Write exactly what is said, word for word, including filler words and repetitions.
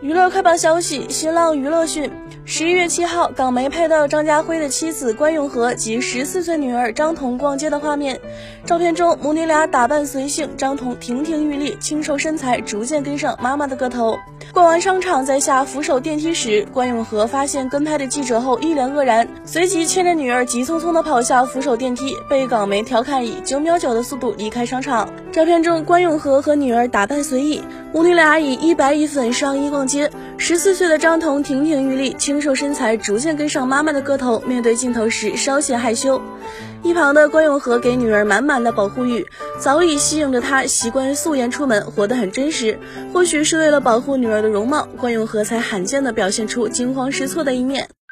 娱乐快报消息，新浪娱乐讯，十一月七号，港媒拍到张家辉的妻子关咏荷及十四岁女儿张彤逛街的画面。照片中，母女俩打扮随性，张彤亭亭玉立，清瘦身材逐渐跟上妈妈的个头。逛完商场，在下扶手电梯时，关咏荷发现跟拍的记者后一脸愕然，随即牵着女儿急匆匆地跑下扶手电梯，被港媒调侃以九秒九的速度离开商场。照片中，关咏荷和女儿打扮随意，母女俩以一白一粉上衣逛街。十四岁的张彤亭亭玉立，清瘦身材逐渐跟上妈妈的个头，面对镜头时稍显害羞。一旁的关咏荷给女儿满满的保护欲，早已吸引着她习惯素颜出门，活得很真实。或许是为了保护女儿的容貌，关咏荷才罕见地表现出惊慌失措的一面。